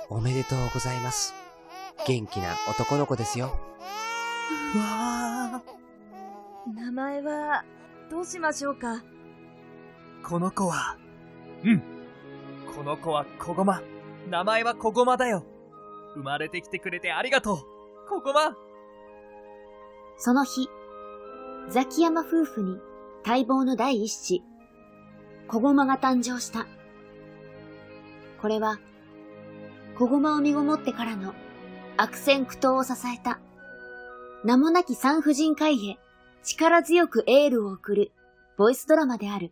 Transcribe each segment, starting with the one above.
おめでとうございます。元気な男の子ですよ。 わー。名前はどうしましょうか。 この子はこの子はこごま。名前はこごまだよ。生まれてきてくれてありがとう、こごま。 その日、ザキヤマ夫婦に待望の第一子、こごまが誕生した。これは、こごまを身ごもってからの悪戦苦闘を支えた、名もなき産婦人科医へ力強くエールを送るボイスドラマである。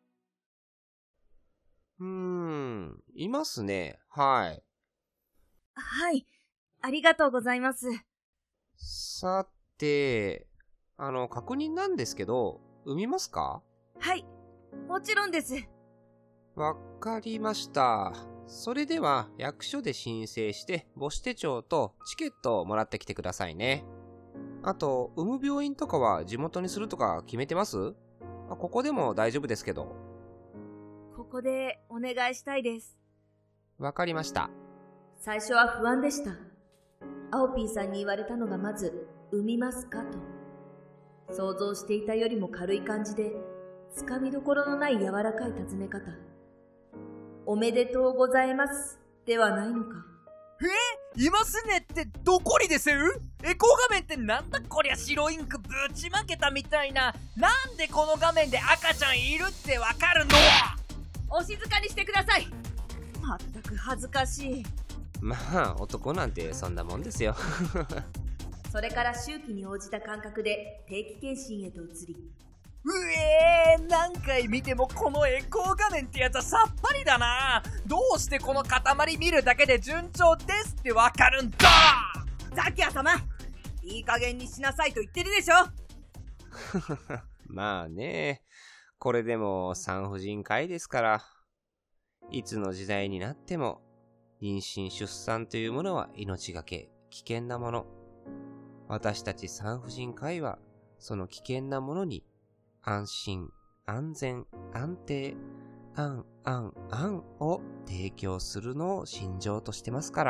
いますね。はい。 はい、ありがとうございます。 さて、確認なんですけど、産みますか？ はい、もちろんです。 わかりました。それでは役所で申請して母子手帳とチケットをもらってきてくださいね。あと、産む病院とかは地元にするとか決めてます？ここでも大丈夫ですけど。 ここでお願いしたいです。 わかりました。 最初は不安でした。アオピーさんに言われたのがまず、産みますかと。想像していたよりも軽い感じで、つかみどころのない柔らかい尋ね方。おめでとうございますではないのか。 いますねってどこにですエコー画面ってなんだこりゃ。白インクぶちまけたみたいな。なんでこの画面で赤ちゃんいるってわかるの？ お静かにしてください。まったく恥ずかしい。 まあ、男なんてそんなもんですよ。 それから周期に応じた感覚で定期検診へと移り、 何回見てもこのエコー画面ってやつはさっぱりだな。どうしてこの塊見るだけで順調ですってわかるんだ。 ザキヤ様、いい加減にしなさいと言ってるでしょ。 まあね、これでも産婦人科医ですから、いつの時代になっても妊娠出産というものは命がけ、危険なもの。私たち産婦人科医はその危険なものに安心、安全、安定、安を提供するのを信条としてますから。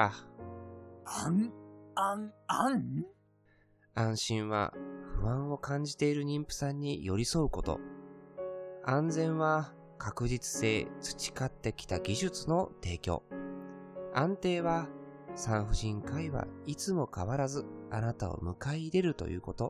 安心は不安を感じている妊婦さんに寄り添うこと。安全は確実性、培ってきた技術の提供。安定は産婦人科医はいつも変わらずあなたを迎え入れるということ。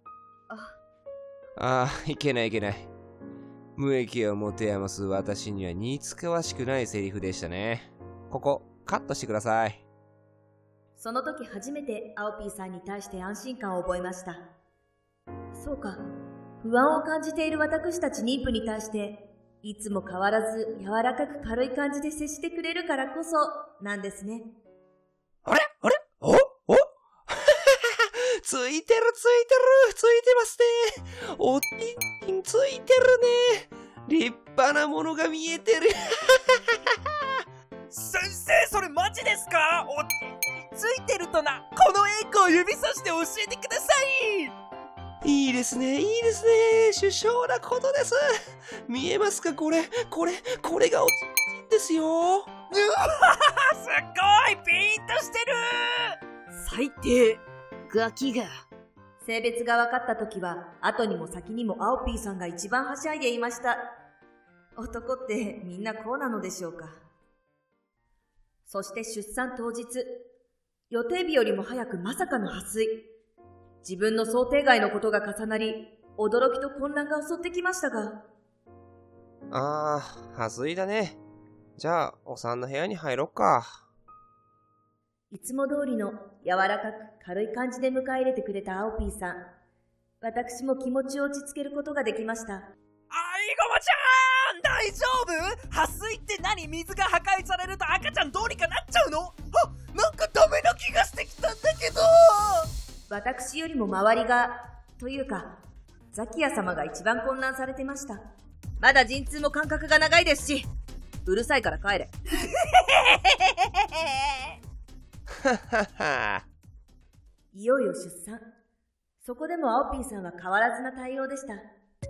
いけない。無益を持て余す私には似つかわしくないセリフでしたね。ここカットしてください。 その時初めてアオピーさんに対して安心感を覚えました。そうか、不安を感じている私たち妊婦に対していつも変わらず柔らかく軽い感じで接してくれるからこそなんですね。 あれついてますね。おちんついてるね。立派なものが見えてる。 先生、それマジですか？おちんついてるとな。このエコー指さして教えてください。 いいですね。首相なことです。見えますか？これがおちんですよ。 すっごいピーンとしてる。 最低。 ガキが。 性別が分かった時は後にも先にもアオピーさんが一番はしゃいでいました。男ってみんなこうなのでしょうか。そして出産当日、予定日よりも早くまさかの破水。自分の想定外のことが重なり、驚きと混乱が襲ってきましたが。 破水だね。じゃあお産の部屋に入ろっか。 いつも通りの柔らかく軽い感じで迎え入れてくれたアオピーさん。私も気持ちを落ち着けることができました。 ごまちゃん、大丈夫？破水って何？水が破壊されると赤ちゃんどうにかなっちゃうの？なんかダメな気がしてきたんだけど。 私よりも周りが、というかザキヤ様が一番混乱されてました。まだ陣痛も間隔が長いですし、うるさいから帰れ。いよいよ出産。そこでもアオピーさんは変わらずな対応でした。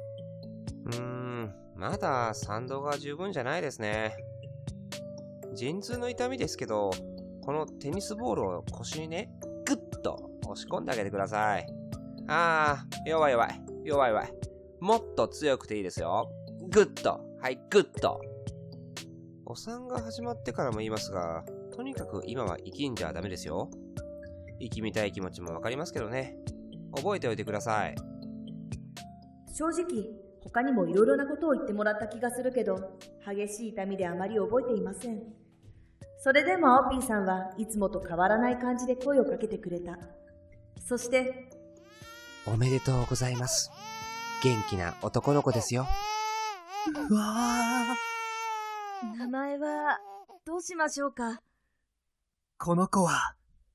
まだ産道が十分じゃないですね。陣痛の痛みですけど、 このテニスボールを腰にね、グッと押し込んであげてください。弱い。もっと強くていいですよ。グッと。はい、グッと。お産が始まってからも言いますが、とにかく今は生きんじゃダメですよ。生きみたい気持ちもわかりますけどね。覚えておいてください。 正直、他にもいろいろなことを言ってもらった気がするけど、激しい痛みであまり覚えていません。それでもアオピーさんはいつもと変わらない感じで声をかけてくれた。そして、 おめでとうございます。元気な男の子ですよ。 うわー。 名前はどうしましょうか。 この子は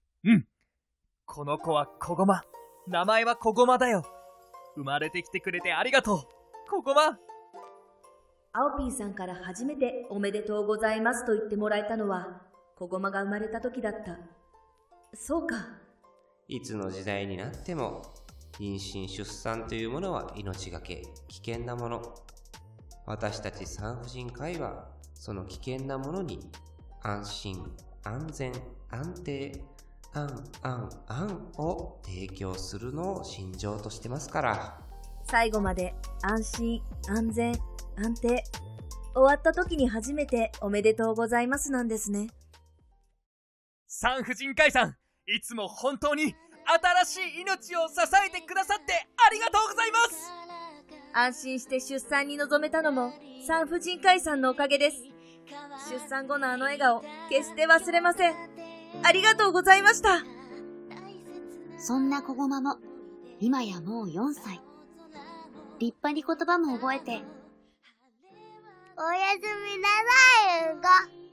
こごま。名前はこごまだよ。生まれてきてくれてありがとう、こごま。 アオピーさんから初めておめでとうございますと言ってもらえたのは、こごまが生まれた時だった。そうか。 いつの時代になっても、妊娠出産というものは命がけ、危険なもの。私たち産婦人科医は、その危険なものに、安心、安全、安定、安を提供するのを信条としてますから。 最後まで安心、安全、安定。終わった時に初めておめでとうございますなんですね。 産婦人科医さん、いつも本当に新しい命を支えてくださってありがとうございます。 安心して出産に臨めたのも産婦人科医さんのおかげです。出産後のあの笑顔、決して忘れません。ありがとうございました。 そんなこごまも、今やもう4歳。立派に言葉も覚えて。 おやすみなさい、うご。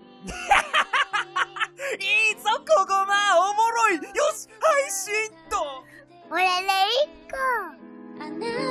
いいぞ、こごま、おもろい。よし、配信と。 俺で1個。